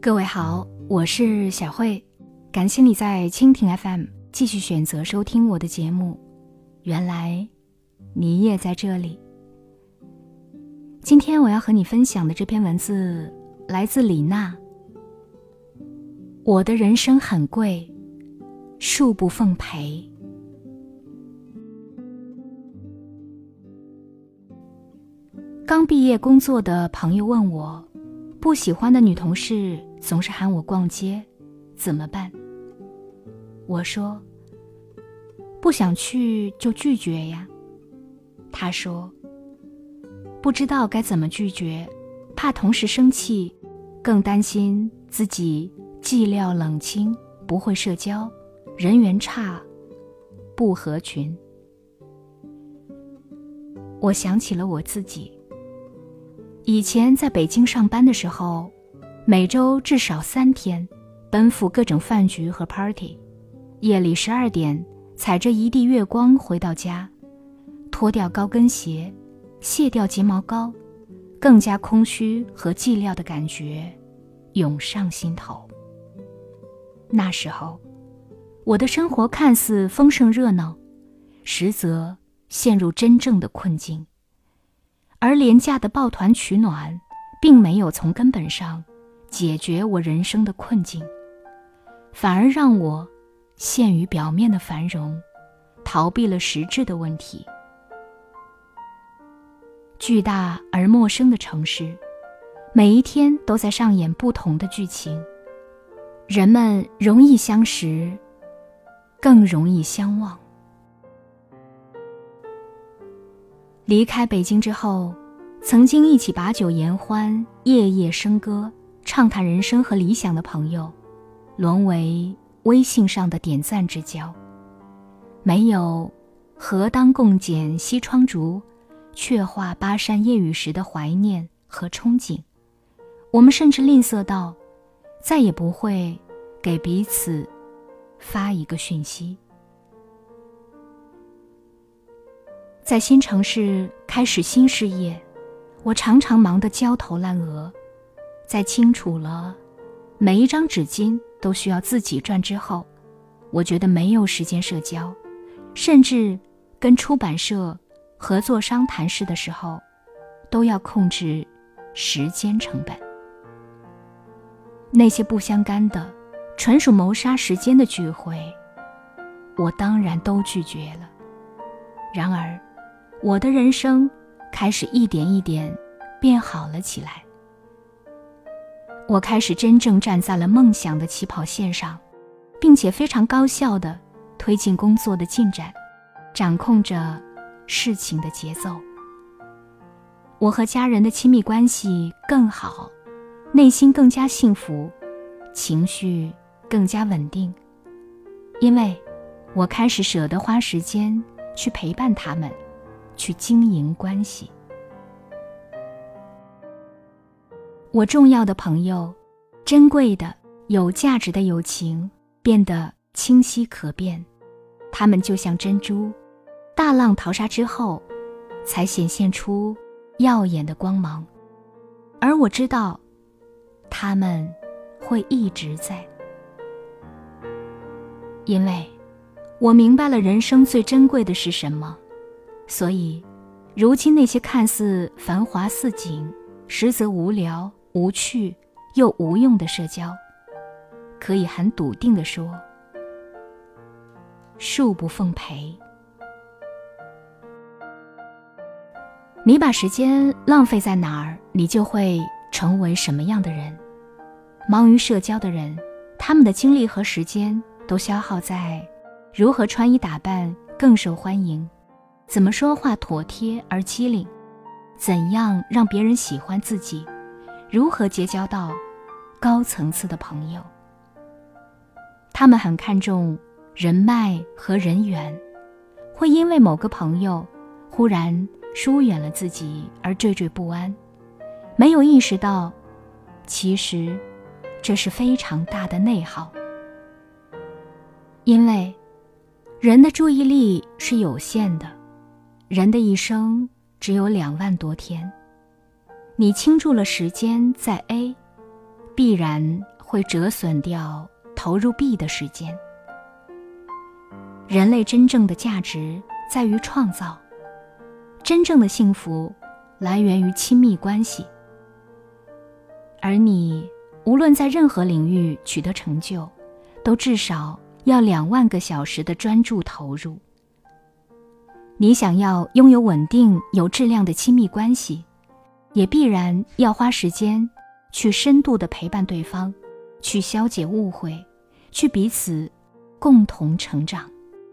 各位好，我是小慧，感谢你在蜻蜓 FM 继续选择收听我的节目。原来你也在这里。今天我要和你分享的这篇文字来自李娜。我的人生很贵，恕不奉陪。刚毕业工作的朋友问我，不喜欢的女同事总是喊我逛街，怎么办？我说，不想去就拒绝呀。他说，不知道该怎么拒绝，怕同事生气，更担心自己寂寥冷清，不会社交，人缘差，不合群。我想起了我自己，以前在北京上班的时候，每周至少3天奔赴各种饭局和 party， 夜里12点踩着一地月光回到家，脱掉高跟鞋，卸掉睫毛膏，更加空虚和寂寥的感觉涌上心头。那时候我的生活看似丰盛热闹，实则陷入真正的困境，而廉价的抱团取暖并没有从根本上解决我人生的困境，反而让我陷于表面的繁荣，逃避了实质的问题。巨大而陌生的城市，每一天都在上演不同的剧情，人们容易相识，更容易相忘。离开北京之后，曾经一起把酒言欢，夜夜笙歌，畅谈人生和理想的朋友，沦为微信上的点赞之交。没有何当共剪西窗烛，却话巴山夜雨时的怀念和憧憬。我们甚至吝啬到再也不会给彼此发一个讯息。在新城市开始新事业，我常常忙得焦头烂额，在清楚了每一张纸巾都需要自己赚之后，我觉得没有时间社交，甚至跟出版社合作商谈事的时候，都要控制时间成本。那些不相干的，纯属谋杀时间的聚会，我当然都拒绝了。然而，我的人生开始一点一点变好了起来。我开始真正站在了梦想的起跑线上，并且非常高效地推进工作的进展，掌控着事情的节奏。我和家人的亲密关系更好，内心更加幸福，情绪更加稳定，因为我开始舍得花时间去陪伴他们，去经营关系。我重要的朋友，珍贵的有价值的友情变得清晰可辨，他们就像珍珠，大浪淘沙之后才显现出耀眼的光芒，而我知道他们会一直在。因为我明白了人生最珍贵的是什么，所以如今那些看似繁华似锦，实则无聊无趣又无用的社交，可以很笃定地说，恕不奉陪。你把时间浪费在哪儿，你就会成为什么样的人。忙于社交的人，他们的精力和时间都消耗在如何穿衣打扮更受欢迎，怎么说话妥帖而机灵，怎样让别人喜欢自己，如何结交到高层次的朋友。他们很看重人脉和人缘，会因为某个朋友忽然疏远了自己而惴惴不安，没有意识到其实这是非常大的内耗。因为人的注意力是有限的，人的一生只有2万多天，你倾注了时间在 A， 必然会折损掉投入 B 的时间。人类真正的价值在于创造，真正的幸福来源于亲密关系。而你无论在任何领域取得成就，都至少要2万个小时的专注投入。你想要拥有稳定有质量的亲密关系，也必然要花时间去深度地陪伴对方，去消解误会，去彼此共同成长。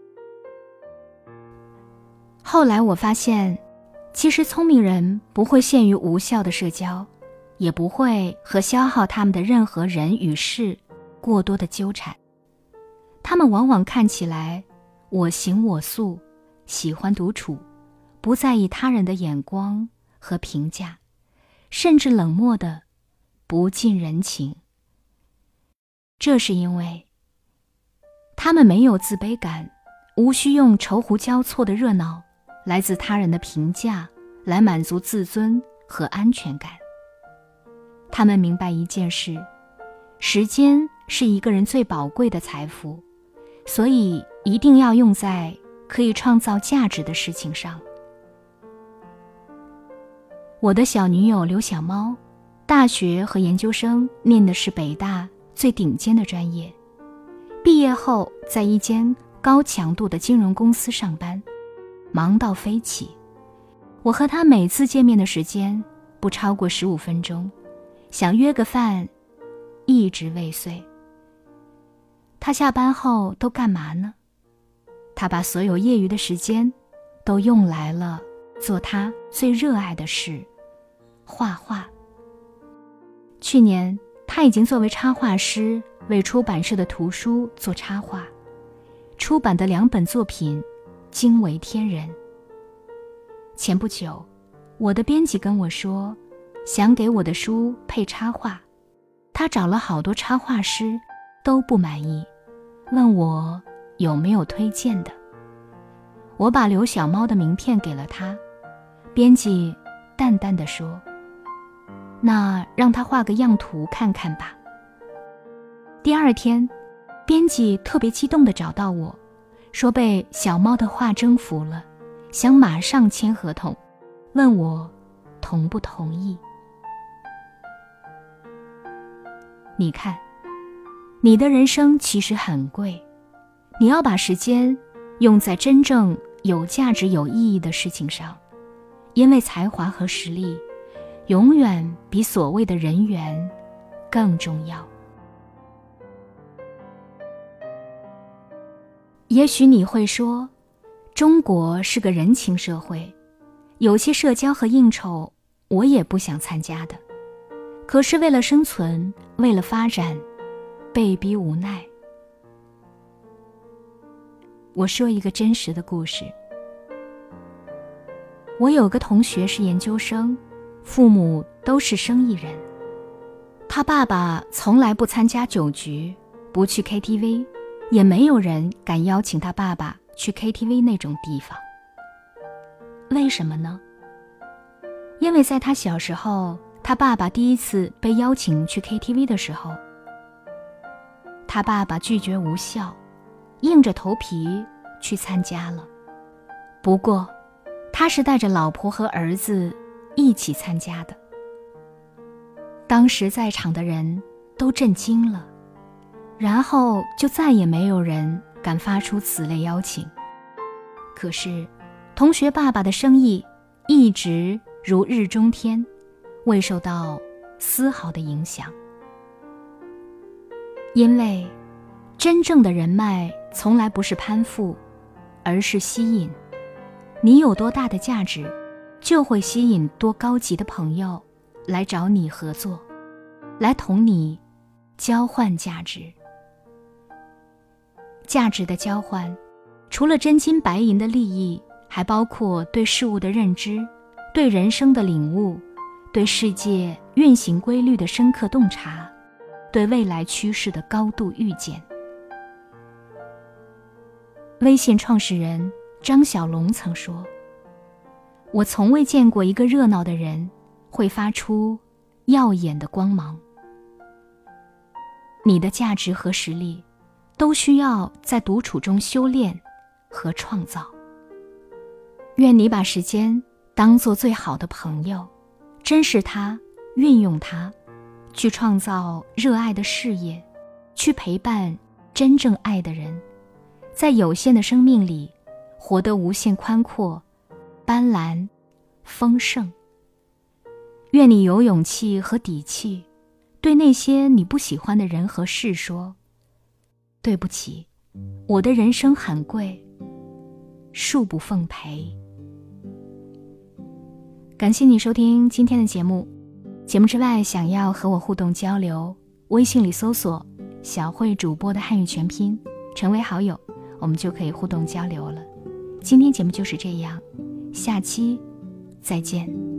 后来我发现，其实聪明人不会陷于无效的社交，也不会和消耗他们的任何人与事过多的纠缠。他们往往看起来我行我素，喜欢独处，不在意他人的眼光和评价，甚至冷漠的不近人情。这是因为他们没有自卑感，无需用愁湖交错的热闹来自他人的评价来满足自尊和安全感。他们明白一件事，时间是一个人最宝贵的财富，所以一定要用在可以创造价值的事情上。我的小女友刘小猫，大学和研究生念的是北大最顶尖的专业，毕业后在一间高强度的金融公司上班，忙到飞起。我和她每次见面的时间不超过15分钟，想约个饭一直未遂。她下班后都干嘛呢？她把所有业余的时间都用来了做她最热爱的事，画画。去年她已经作为插画师为出版社的图书做插画，出版的2本作品惊为天人。前不久，我的编辑跟我说，想给我的书配插画，他找了好多插画师都不满意，问我有没有推荐的。我把刘小猫的名片给了他，编辑淡淡地说，那让他画个样图看看吧。第2天，编辑特别激动地找到我，说被小猫的画征服了，想马上签合同，问我同不同意。你看，你的人生其实很贵，你要把时间用在真正有价值有意义的事情上，因为才华和实力永远比所谓的人缘更重要。也许你会说，中国是个人情社会，有些社交和应酬我也不想参加的，可是为了生存，为了发展，被逼无奈。我说一个真实的故事。我有个同学是研究生，父母都是生意人。他爸爸从来不参加酒局，不去 KTV， 也没有人敢邀请他爸爸去 KTV 那种地方。为什么呢？因为在他小时候，他爸爸第一次被邀请去 KTV 的时候，他爸爸拒绝无效，硬着头皮去参加了。不过他是带着老婆和儿子一起参加的。当时在场的人都震惊了，然后就再也没有人敢发出此类邀请。可是同学爸爸的生意一直如日中天，未受到丝毫的影响。因为真正的人脉从来不是攀附，而是吸引。你有多大的价值，就会吸引多高级的朋友来找你合作，来同你交换价值。价值的交换，除了真金白银的利益，还包括对事物的认知，对人生的领悟，对世界运行规律的深刻洞察，对未来趋势的高度预见。微信创始人张小龙曾说，我从未见过一个热闹的人会发出耀眼的光芒。 你的价值和实力都需要在独处中修炼和创造。愿你把时间当作最好的朋友，珍视它，运用它，去创造热爱的事业，去陪伴真正爱的人，在有限的生命里活得无限宽阔、斑斓、丰盛。愿你有勇气和底气，对那些你不喜欢的人和事说，对不起，我的人生很贵，恕不奉陪。感谢你收听今天的节目。节目之外，想要和我互动交流，微信里搜索小慧主播的汉语全拼，成为好友，我们就可以互动交流了。今天节目就是这样，下期再见。